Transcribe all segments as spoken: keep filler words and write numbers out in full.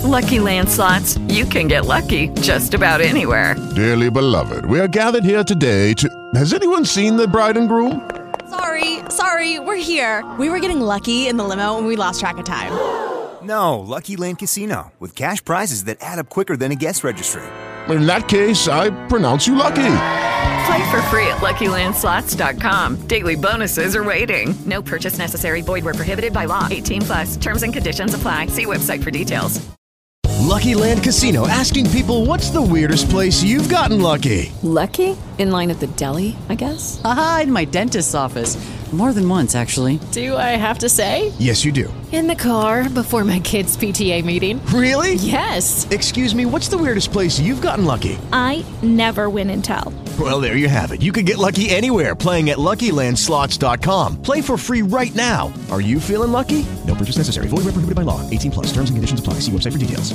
Lucky Land Slots, you can get lucky just about anywhere. Dearly beloved, we are gathered here today to... Has anyone seen the bride and groom? Sorry, sorry, we're here. We were getting lucky in the limo and we lost track of time. No, Lucky Land Casino, with cash prizes that add up quicker than a guest registry. In that case, I pronounce you lucky. Play for free at Lucky Land Slots dot com. Daily bonuses are waiting. No purchase necessary. Void where prohibited by law. eighteen plus. Terms and conditions apply. See website for details. Lucky Land Casino, asking people, what's the weirdest place you've gotten lucky? Lucky? In line at the deli, I guess? Aha, in my dentist's office. More than once, actually. Do I have to say? Yes, you do. In the car before my kids' P T A meeting. Really? Yes. Excuse me, what's the weirdest place you've gotten lucky? I never win and tell. Well, there you have it. You can get lucky anywhere, playing at Lucky Land Slots dot com. Play for free right now. Are you feeling lucky? No purchase necessary. Void where prohibited by law. eighteen plus. Terms and conditions apply. See website for details.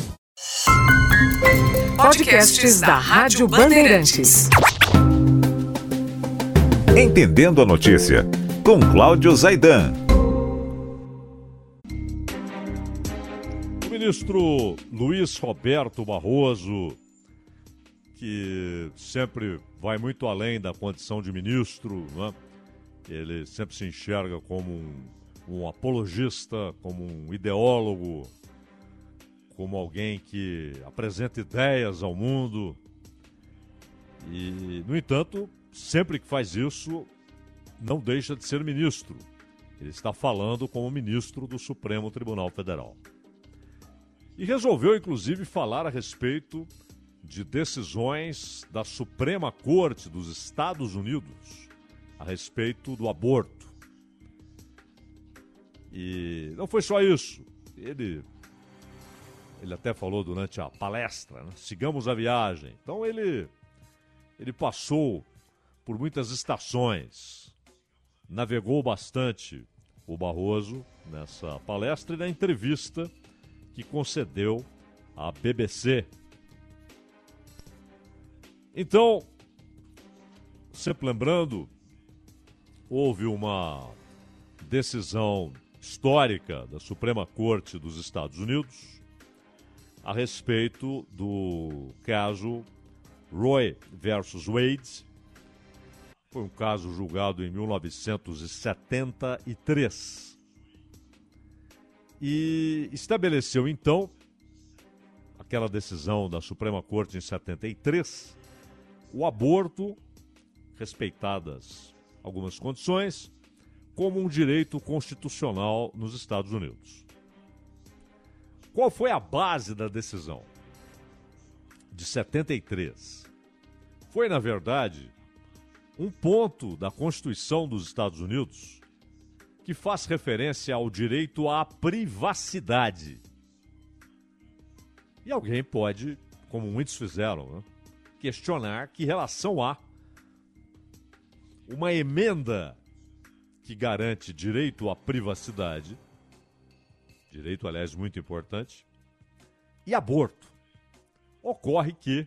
Podcasts da Rádio Bandeirantes. Entendendo a notícia, com Cláudio Zaidan. O ministro Luiz Roberto Barroso, que sempre vai muito além da condição de ministro, né? Ele sempre se enxerga como um, um apologista, como um ideólogo, como alguém que apresenta ideias ao mundo. E, no entanto, sempre que faz isso, não deixa de ser ministro. Ele está falando como ministro do Supremo Tribunal Federal. E resolveu, inclusive, falar a respeito de decisões da Suprema Corte dos Estados Unidos a respeito do aborto. E não foi só isso. Ele, ele até falou durante a palestra, né? Sigamos a viagem. Então ele, ele passou por muitas estações, navegou bastante o Barroso nessa palestra e na entrevista que concedeu à B B C. Então, sempre lembrando, houve uma decisão histórica da Suprema Corte dos Estados Unidos a respeito do caso Roe versus Wade. Foi um caso julgado em mil novecentos e setenta e três. E estabeleceu, então, aquela decisão da Suprema Corte em setenta e três, o aborto, respeitadas algumas condições, como um direito constitucional nos Estados Unidos. Qual foi a base da decisão de setenta e três? Foi, na verdade, um ponto da Constituição dos Estados Unidos que faz referência ao direito à privacidade. E alguém pode, como muitos fizeram, né, questionar que relação há uma emenda que garante direito à privacidade, direito, aliás, muito importante, e aborto. Ocorre que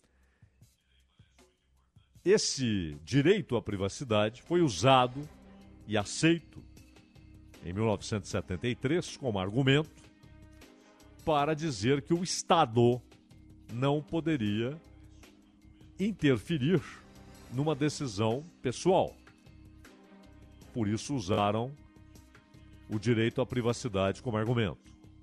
esse direito à privacidade foi usado e aceito em mil novecentos e setenta e três como argumento para dizer que o Estado não poderia interferir numa decisão pessoal. Por isso usaram o direito à privacidade como argumento.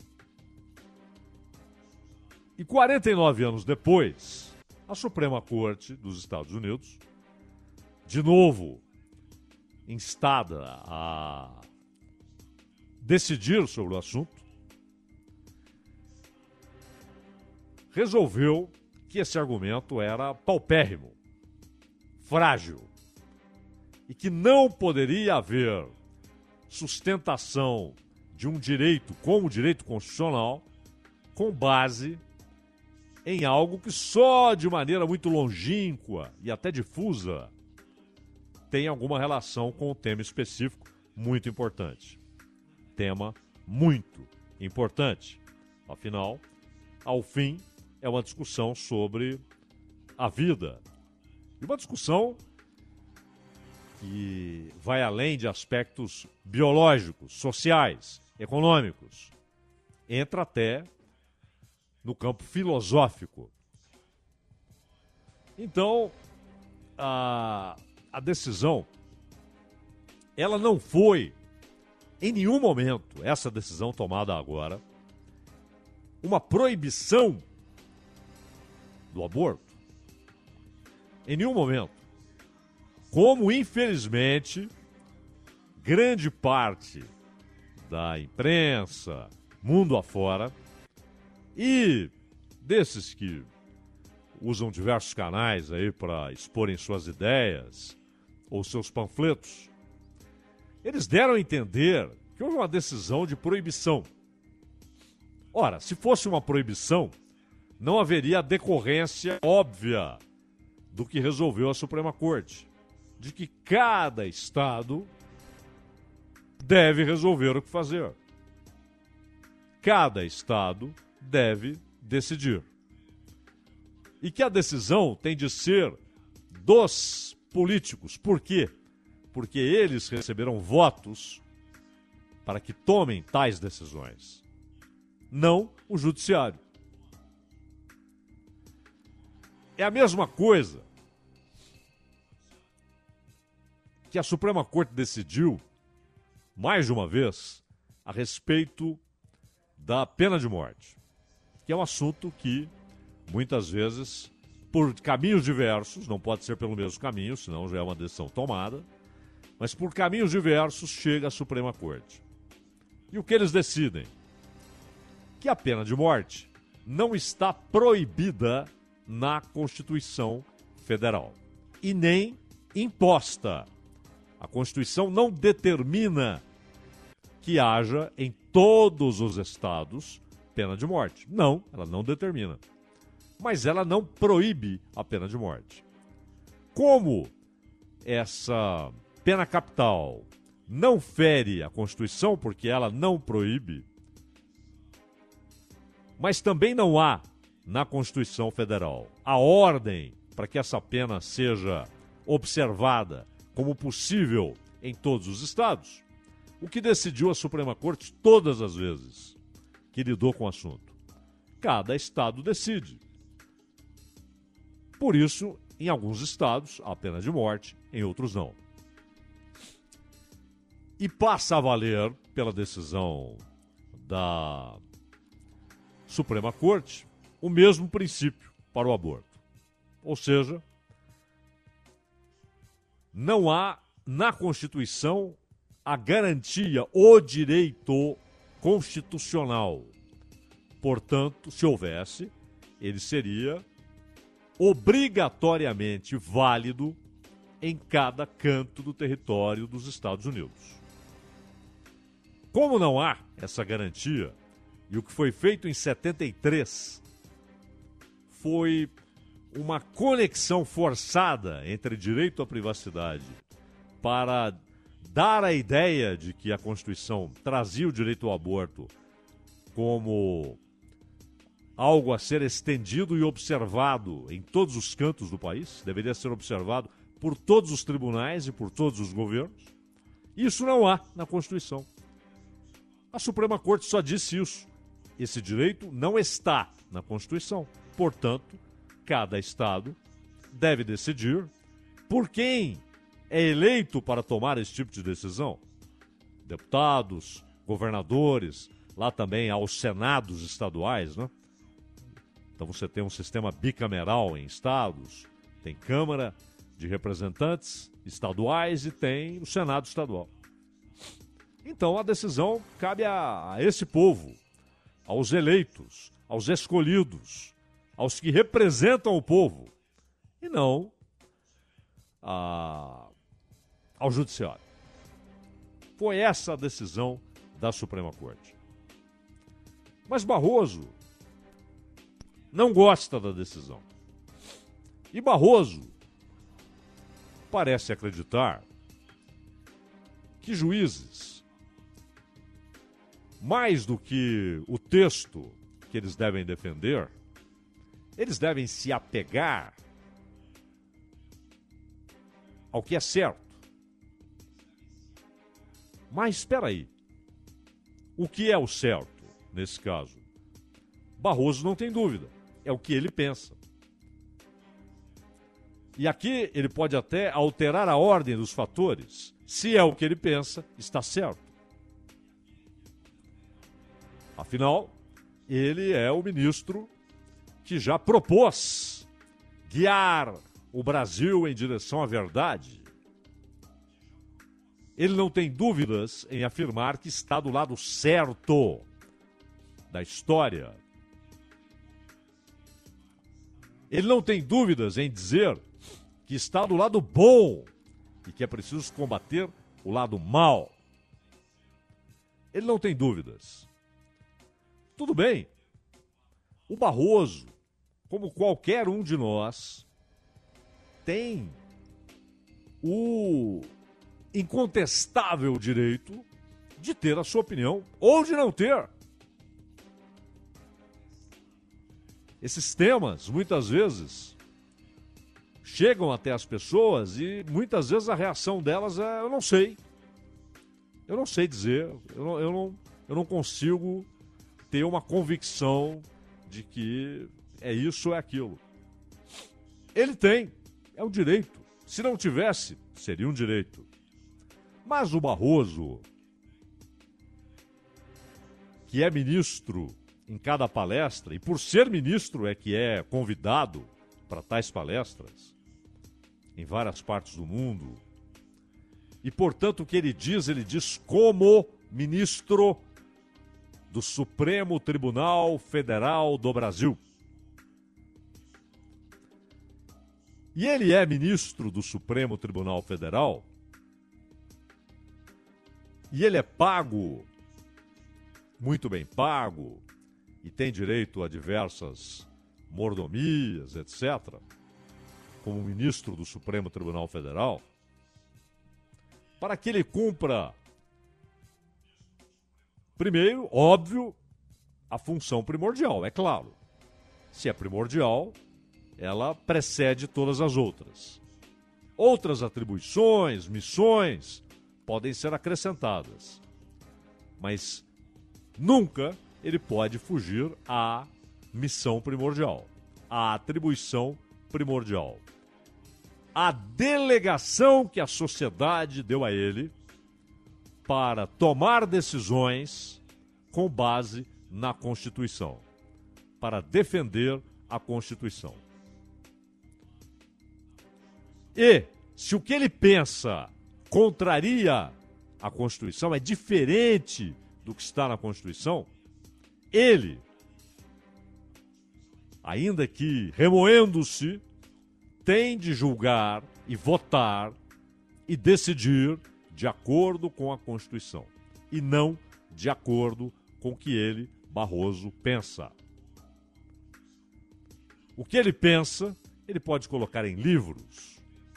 E quarenta e nove anos depois, a Suprema Corte dos Estados Unidos, de novo instada a decidir sobre o assunto, resolveu que esse argumento era paupérrimo, frágil, e que não poderia haver sustentação de um direito como direito constitucional com base em algo que só de maneira muito longínqua e até difusa tem alguma relação com o tema específico muito importante. Tema muito importante. Afinal, ao fim, é uma discussão sobre a vida. E uma discussão que vai além de aspectos biológicos, sociais, econômicos. Entra até no campo filosófico. Então, a, a decisão, ela não foi, em nenhum momento, essa decisão tomada agora, uma proibição do aborto. Em nenhum momento. Como, infelizmente, grande parte da imprensa, mundo afora, e desses que usam diversos canais aí para exporem suas ideias ou seus panfletos, eles deram a entender que houve uma decisão de proibição. Ora, se fosse uma proibição, não haveria a decorrência óbvia do que resolveu a Suprema Corte, de que cada estado deve resolver o que fazer. Cada estado deve decidir. E que a decisão tem de ser dos políticos. Por quê? Porque eles receberam votos para que tomem tais decisões, não o judiciário. É a mesma coisa que a Suprema Corte decidiu, mais de uma vez, a respeito da pena de morte, que é um assunto que, muitas vezes, por caminhos diversos, não pode ser pelo mesmo caminho, senão já é uma decisão tomada, mas por caminhos diversos chega à Suprema Corte. E o que eles decidem? Que a pena de morte não está proibida na Constituição Federal e nem imposta. A Constituição não determina que haja em todos os estados pena de morte. Não, ela não determina. Mas ela não proíbe a pena de morte. Como essa pena capital não fere a Constituição, porque ela não proíbe, mas também não há na Constituição Federal a ordem para que essa pena seja observada como possível em todos os estados, o que decidiu a Suprema Corte todas as vezes que lidou com o assunto. Cada estado decide. Por isso, em alguns estados, há pena de morte, em outros não. E passa a valer, pela decisão da Suprema Corte, o mesmo princípio para o aborto. Ou seja, não há na Constituição a garantia, o direito constitucional. Portanto, se houvesse, ele seria obrigatoriamente válido em cada canto do território dos Estados Unidos. Como não há essa garantia, e o que foi feito em setenta e três foi uma conexão forçada entre direito à privacidade para dar a ideia de que a Constituição trazia o direito ao aborto como algo a ser estendido e observado em todos os cantos do país, deveria ser observado por todos os tribunais e por todos os governos. Isso não há na Constituição. A Suprema Corte só disse isso. Esse direito não está na Constituição. Portanto, cada estado deve decidir por quem é eleito para tomar esse tipo de decisão. Deputados, governadores, lá também há os senados estaduais, né? Então você tem um sistema bicameral em estados, tem Câmara de Representantes estaduais e tem o Senado estadual. Então a decisão cabe a, a esse povo, aos eleitos, aos escolhidos, aos que representam o povo, e não a, ao judiciário. Foi essa a decisão da Suprema Corte. Mas Barroso não gosta da decisão. E Barroso parece acreditar que juízes, mais do que o texto que eles devem defender, eles devem se apegar ao que é certo. Mas espera aí. O que é o certo nesse caso? Barroso não tem dúvida. É o que ele pensa. E aqui ele pode até alterar a ordem dos fatores. Se é o que ele pensa, está certo. Afinal, ele é o ministro que já propôs guiar o Brasil em direção à verdade. Ele não tem dúvidas em afirmar que está do lado certo da história. Ele não tem dúvidas em dizer que está do lado bom e que é preciso combater o lado mal. Ele não tem dúvidas. Tudo bem. O Barroso, como qualquer um de nós, tem o incontestável direito de ter a sua opinião ou de não ter. Esses temas, muitas vezes, chegam até as pessoas e muitas vezes a reação delas é: eu não sei. Eu não sei dizer, eu não, eu não, eu não consigo ter uma convicção de que é isso ou é aquilo. Ele tem, é um direito. Se não tivesse, seria um direito. Mas o Barroso, que é ministro em cada palestra, e por ser ministro é que é convidado para tais palestras em várias partes do mundo, e portanto o que ele diz, ele diz como ministro do Supremo Tribunal Federal do Brasil. E ele é ministro do Supremo Tribunal Federal e ele é pago, muito bem pago, e tem direito a diversas mordomias, etcétera, como ministro do Supremo Tribunal Federal, para que ele cumpra, primeiro, óbvio, a função primordial, é claro. Se é primordial, ela precede todas as outras. Outras atribuições, missões, podem ser acrescentadas. Mas nunca ele pode fugir à missão primordial, à atribuição primordial. A delegação que a sociedade deu a ele para tomar decisões com base na Constituição, para defender a Constituição. E, se o que ele pensa contraria a Constituição, é diferente do que está na Constituição, ele, ainda que remoendo-se, tem de julgar e votar e decidir de acordo com a Constituição e não de acordo com o que ele, Barroso, pensa. O que ele pensa, ele pode colocar em livros,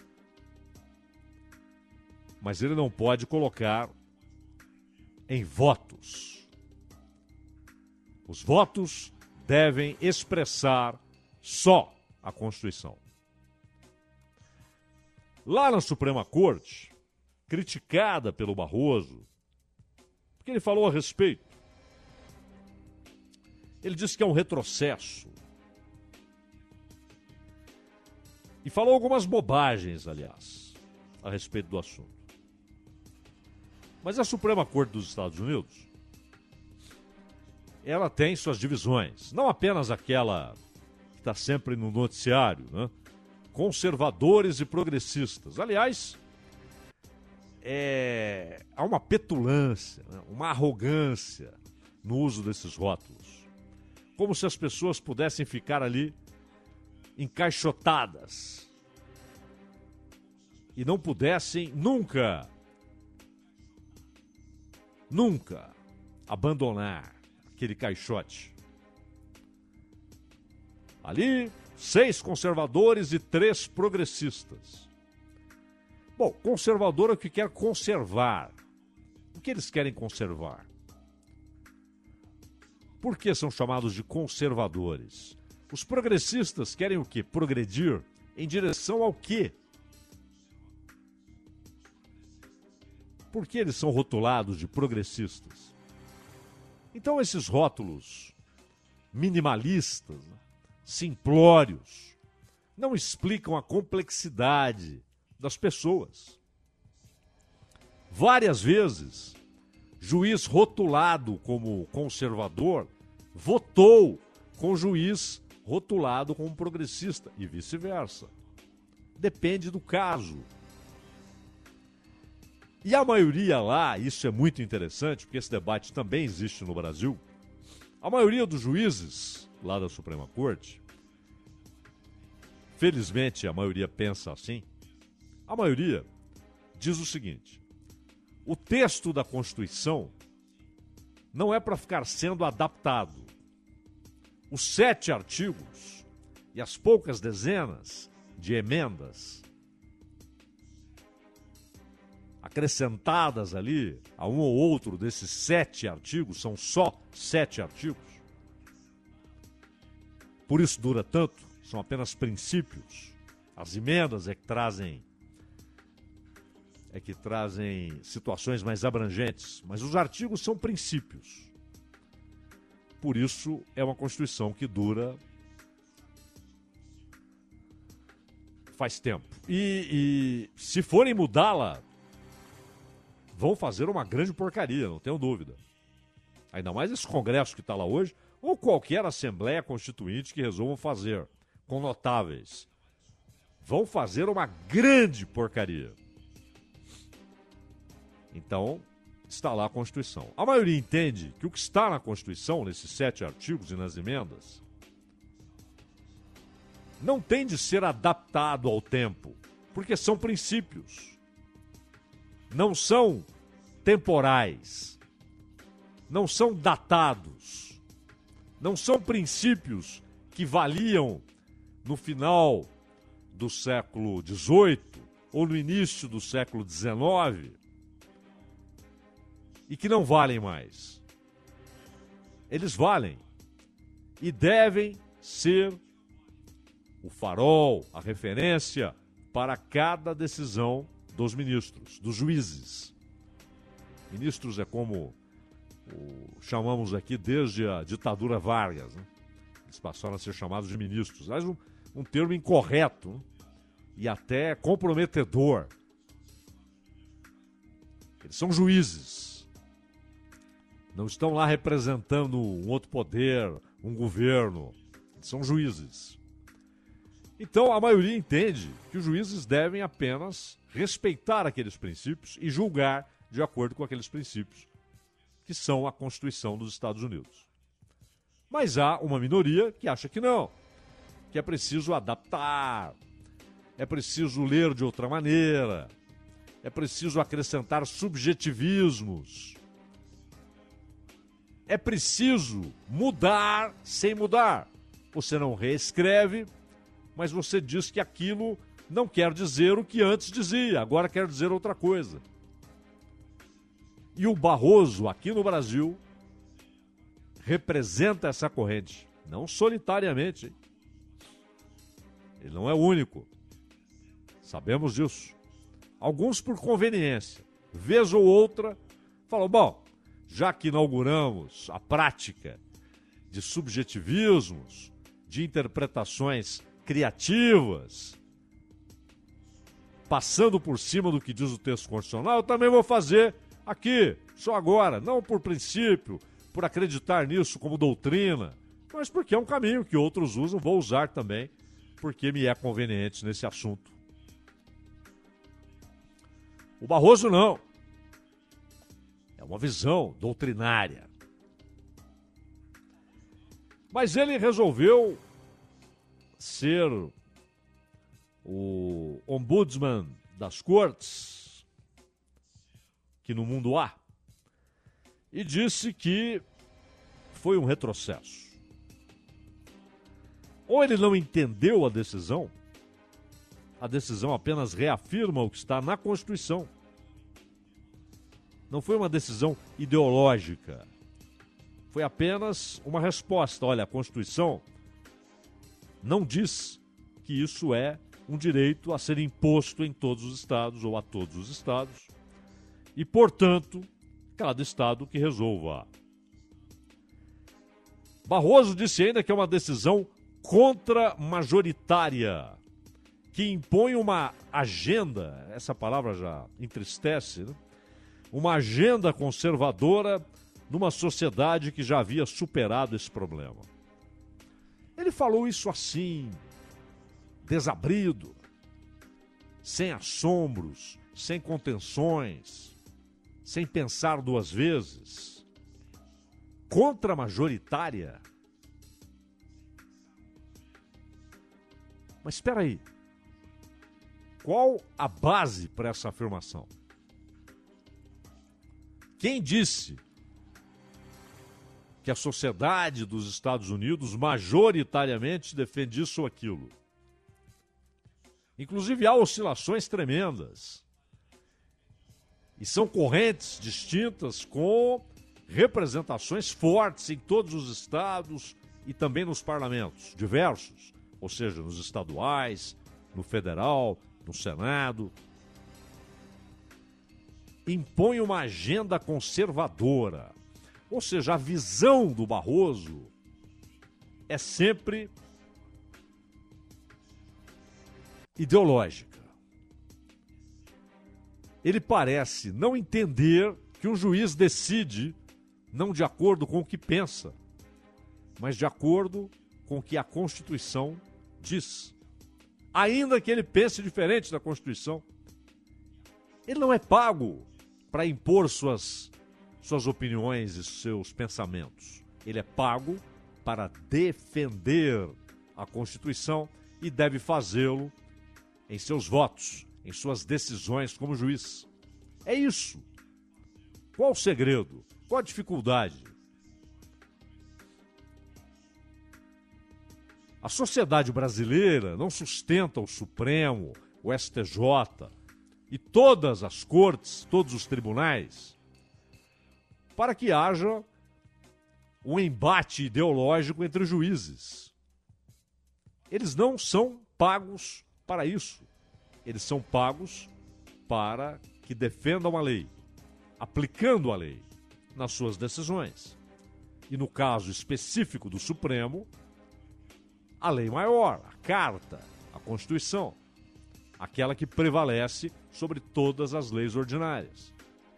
mas ele não pode colocar em votos. Os votos devem expressar só a Constituição. Lá na Suprema Corte, criticada pelo Barroso, porque ele falou a respeito. Ele disse que é um retrocesso. E falou algumas bobagens, aliás, a respeito do assunto. Mas a Suprema Corte dos Estados Unidos, ela tem suas divisões. Não apenas aquela que está sempre no noticiário, né? Conservadores e progressistas. Aliás, é, há uma petulância, né? Uma arrogância no uso desses rótulos. Como se as pessoas pudessem ficar ali encaixotadas e não pudessem nunca, nunca abandonar aquele caixote. Ali, seis conservadores e três progressistas. Bom, conservador é o que quer conservar. O que eles querem conservar? Por que são chamados de conservadores? Os progressistas querem o quê? Progredir em direção ao quê? Por que eles são rotulados de progressistas? Então esses rótulos minimalistas, né? Simplórios, não explicam a complexidade das pessoas. Várias vezes, juiz rotulado como conservador votou com juiz rotulado como progressista e vice-versa. Depende do caso. E a maioria lá, isso é muito interessante, porque esse debate também existe no Brasil, a maioria dos juízes lá da Suprema Corte, felizmente a maioria pensa assim, a maioria diz o seguinte: o texto da Constituição não é para ficar sendo adaptado. Os sete artigos e as poucas dezenas de emendas acrescentadas ali a um ou outro desses sete artigos, são só sete artigos. Por isso dura tanto, são apenas princípios. As emendas é que trazem é que trazem situações mais abrangentes, mas os artigos são princípios. Por isso é uma Constituição que dura faz tempo. E, e se forem mudá-la, vão fazer uma grande porcaria, não tenho dúvida. Ainda mais esse Congresso que está lá hoje, ou qualquer Assembleia Constituinte que resolvam fazer, com notáveis. Vão fazer uma grande porcaria. Então, está lá a Constituição. A maioria entende que o que está na Constituição, nesses sete artigos e nas emendas, não tem de ser adaptado ao tempo, porque são princípios. Não são temporais, não são datados, não são princípios que valiam no final do século dezoito ou no início do século dezenove e que não valem mais. Eles valem e devem ser o farol, a referência para cada decisão dos ministros, dos juízes. Ministros é como o, chamamos aqui desde a ditadura Vargas, né? Eles passaram a ser chamados de ministros. Aliás, um, um termo incorreto, né? E até comprometedor. Eles são juízes. Não estão lá representando um outro poder, um governo. Eles são juízes. Então, a maioria entende que os juízes devem apenas respeitar aqueles princípios e julgar de acordo com aqueles princípios que são a Constituição dos Estados Unidos. Mas há uma minoria que acha que não, que é preciso adaptar, é preciso ler de outra maneira, é preciso acrescentar subjetivismos, é preciso mudar sem mudar. Você não reescreve, mas você diz que aquilo não quer dizer o que antes dizia, agora quer dizer outra coisa. E o Barroso, aqui no Brasil, representa essa corrente, não solitariamente. Hein? Ele não é o único. Sabemos disso. Alguns por conveniência. Vez ou outra, falam, bom, já que inauguramos a prática de subjetivismos, de interpretações criativas, passando por cima do que diz o texto constitucional, eu também vou fazer aqui, só agora, não por princípio, por acreditar nisso como doutrina, mas porque é um caminho que outros usam, vou usar também, porque me é conveniente nesse assunto. O Barroso não. É uma visão doutrinária. Mas ele resolveu ser o ombudsman das cortes, que no mundo há, e disse que foi um retrocesso. Ou ele não entendeu a decisão, a decisão apenas reafirma o que está na Constituição. Não foi uma decisão ideológica, foi apenas uma resposta. Olha, a Constituição não diz que isso é um direito a ser imposto em todos os estados ou a todos os estados e, portanto, cada estado que resolva. Barroso disse ainda que é uma decisão contra-majoritária, que impõe uma agenda, essa palavra já entristece, né? Uma agenda conservadora numa sociedade que já havia superado esse problema. Ele falou isso assim, desabrido, sem assombros, sem contenções, sem pensar duas vezes. Contra-majoritária? Mas espera aí. Qual a base para essa afirmação? Quem disse que a sociedade dos Estados Unidos majoritariamente defende isso ou aquilo? Inclusive há oscilações tremendas. E são correntes distintas com representações fortes em todos os estados e também nos parlamentos diversos, ou seja, nos estaduais, no federal, no Senado. Impõe uma agenda conservadora. Ou seja, a visão do Barroso é sempre ideológica. Ele parece não entender que um juiz decide não de acordo com o que pensa, mas de acordo com o que a Constituição diz. Ainda que ele pense diferente da Constituição. Ele não é pago para impor suas, suas opiniões e seus pensamentos. Ele é pago para defender a Constituição e deve fazê-lo em seus votos, em suas decisões como juiz. É isso. Qual o segredo? Qual a dificuldade? A sociedade brasileira não sustenta o Supremo, o S T J e todas as cortes, todos os tribunais, para que haja um embate ideológico entre juízes. Eles não são pagos para isso. Eles são pagos para que defendam a lei, aplicando a lei nas suas decisões. E no caso específico do Supremo, a lei maior, a Carta, a Constituição, aquela que prevalece sobre todas as leis ordinárias.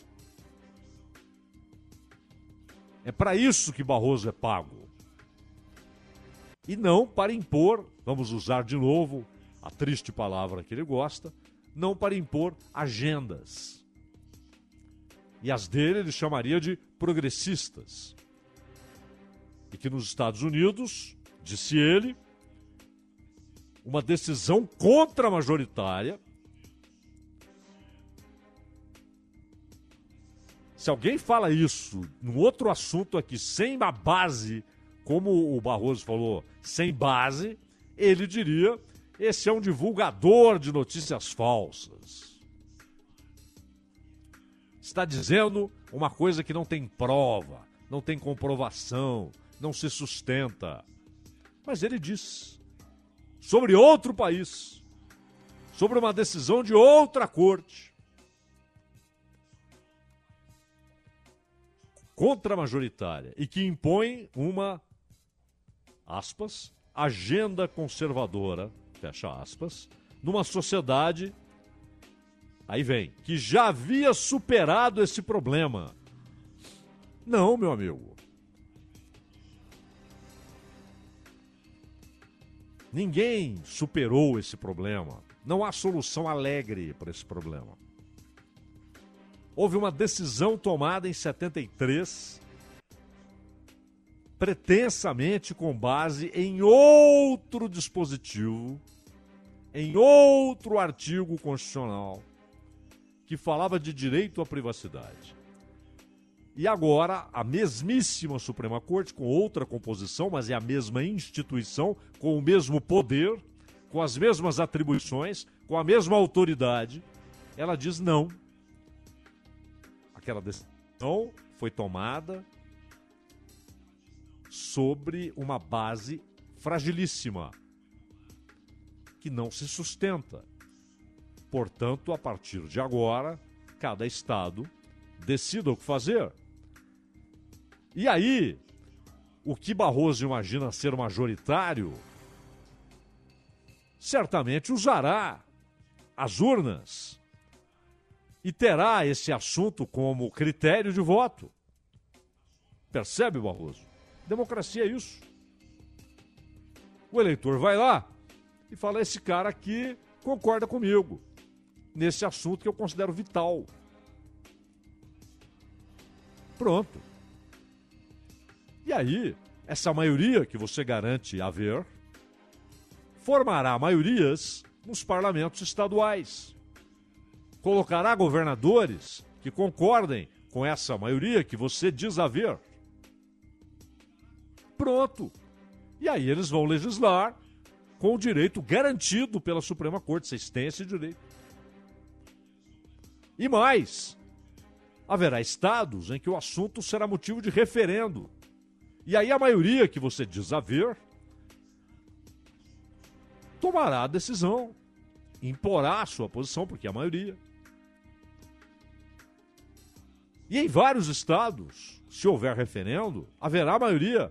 É para isso que Barroso é pago. E não para impor, vamos usar de novo a triste palavra que ele gosta, não para impor agendas. E as dele ele chamaria de progressistas. E que nos Estados Unidos, disse ele, uma decisão contra-majoritária. Se alguém fala isso num outro assunto aqui, sem uma base, como o Barroso falou, sem base, ele diria, esse é um divulgador de notícias falsas. Está dizendo uma coisa que não tem prova, não tem comprovação, não se sustenta. Mas ele diz sobre outro país, sobre uma decisão de outra corte, contra-majoritária, e que impõe uma, aspas, agenda conservadora, fecha aspas, numa sociedade, aí vem, que já havia superado esse problema. Não, meu amigo. Ninguém superou esse problema. Não há solução alegre para esse problema. Houve uma decisão tomada em setenta e três, pretensamente com base em outro dispositivo, em outro artigo constitucional, que falava de direito à privacidade. E agora, a mesmíssima Suprema Corte, com outra composição, mas é a mesma instituição, com o mesmo poder, com as mesmas atribuições, com a mesma autoridade, ela diz não. Aquela decisão foi tomada sobre uma base fragilíssima, que não se sustenta. Portanto, a partir de agora, cada estado decida o que fazer. E aí, o que Barroso imagina ser majoritário, certamente usará as urnas e terá esse assunto como critério de voto. Percebe, Barroso? Democracia é isso. O eleitor vai lá e fala, esse cara aqui concorda comigo nesse assunto que eu considero vital. Pronto. E aí, essa maioria que você garante haver, formará maiorias nos parlamentos estaduais. Colocará governadores que concordem com essa maioria que você diz haver. Pronto. E aí eles vão legislar com o direito garantido pela Suprema Corte. Vocês têm esse direito. E mais, haverá estados em que o assunto será motivo de referendo. E aí a maioria que você diz haver tomará a decisão, imporá a sua posição, porque é a maioria. E em vários estados, se houver referendo, haverá maioria.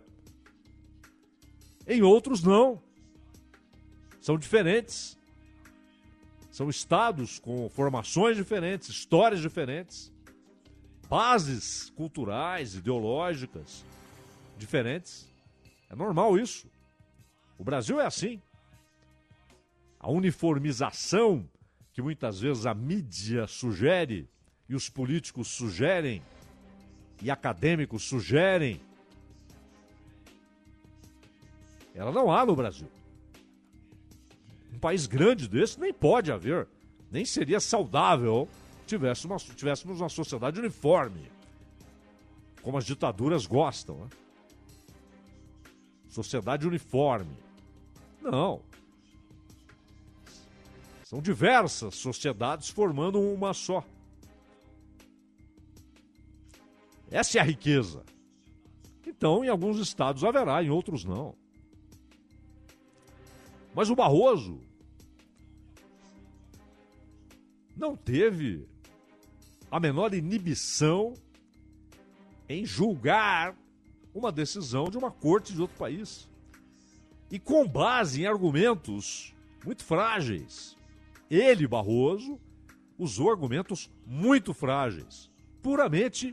Em outros, não. São diferentes. São estados com formações diferentes, histórias diferentes, bases culturais, ideológicas diferentes. É normal isso. O Brasil é assim. A uniformização que muitas vezes a mídia sugere e os políticos sugerem e acadêmicos sugerem, ela não há no Brasil. Um país grande desse nem pode haver, nem seria saudável tivéssemos uma, tivéssemos uma sociedade uniforme, como as ditaduras gostam, né? Sociedade uniforme. Não. São diversas sociedades formando uma só. Essa é a riqueza. Então, em alguns estados haverá, em outros não. Mas o Barroso não teve a menor inibição em julgar uma decisão de uma corte de outro país. E com base em argumentos muito frágeis. Ele, Barroso, usou argumentos muito frágeis, puramente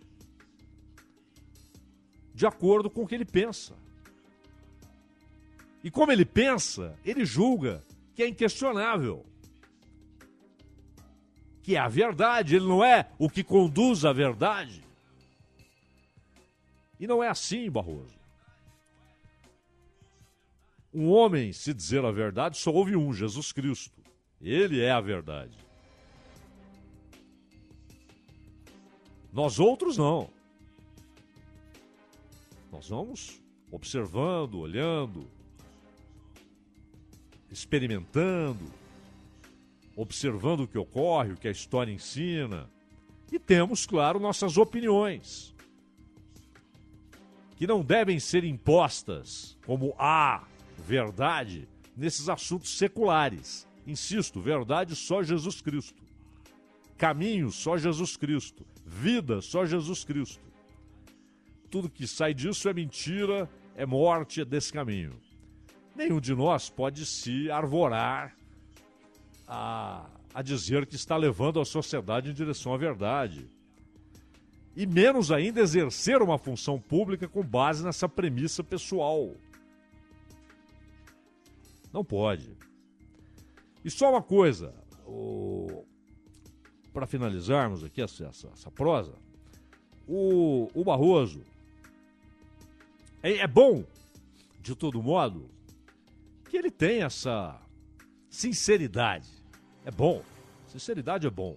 de acordo com o que ele pensa. E como ele pensa, ele julga que é inquestionável, que é a verdade, ele não é o que conduz à verdade. E não é assim, Barroso. Um homem, se dizer a verdade, só houve um, Jesus Cristo. Ele é a verdade. Nós outros não. Nós vamos observando, olhando, experimentando, observando o que ocorre, o que a história ensina. E temos, claro, nossas opiniões, que não devem ser impostas como a verdade nesses assuntos seculares. Insisto, verdade só Jesus Cristo. Caminho só Jesus Cristo. Vida só Jesus Cristo. Tudo que sai disso é mentira, é morte, é desse caminho. Nenhum de nós pode se arvorar a, a dizer que está levando a sociedade em direção à verdade. E menos ainda exercer uma função pública com base nessa premissa pessoal. Não pode. E só uma coisa, o... para finalizarmos aqui essa, essa, essa prosa, o, o Barroso, é, é bom, de todo modo, que ele tenha essa sinceridade. É bom, sinceridade é bom.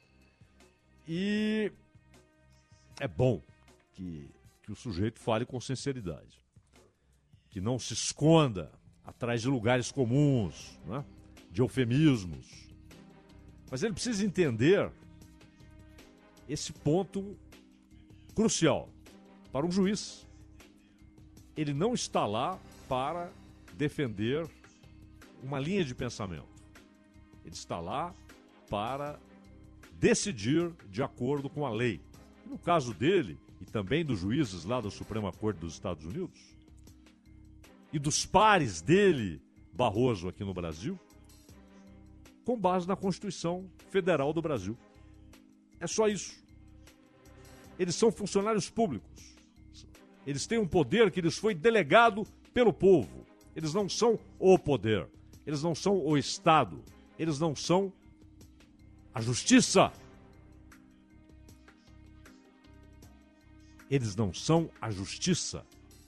E é bom que, que o sujeito fale com sinceridade, que não se esconda atrás de lugares comuns, né? De eufemismos. Mas ele precisa entender esse ponto crucial para um juiz. Ele não está lá para defender uma linha de pensamento. Ele está lá para decidir de acordo com a lei. No caso dele, e também dos juízes lá da Suprema Corte dos Estados Unidos, e dos pares dele, Barroso, aqui no Brasil, com base na Constituição Federal do Brasil. É só isso. Eles são funcionários públicos. Eles têm um poder que lhes foi delegado pelo povo. Eles não são o poder. Eles não são o Estado. Eles não são a justiça. Eles não são a justiça.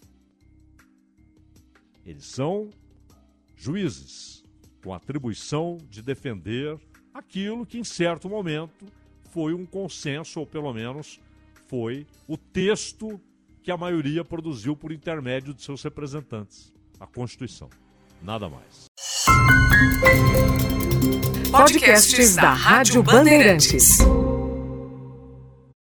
Eles são juízes com atribuição de defender aquilo que em certo momento foi um consenso, ou pelo menos foi o texto que a maioria produziu por intermédio de seus representantes, a Constituição. Nada mais. Podcasts da Rádio Bandeirantes.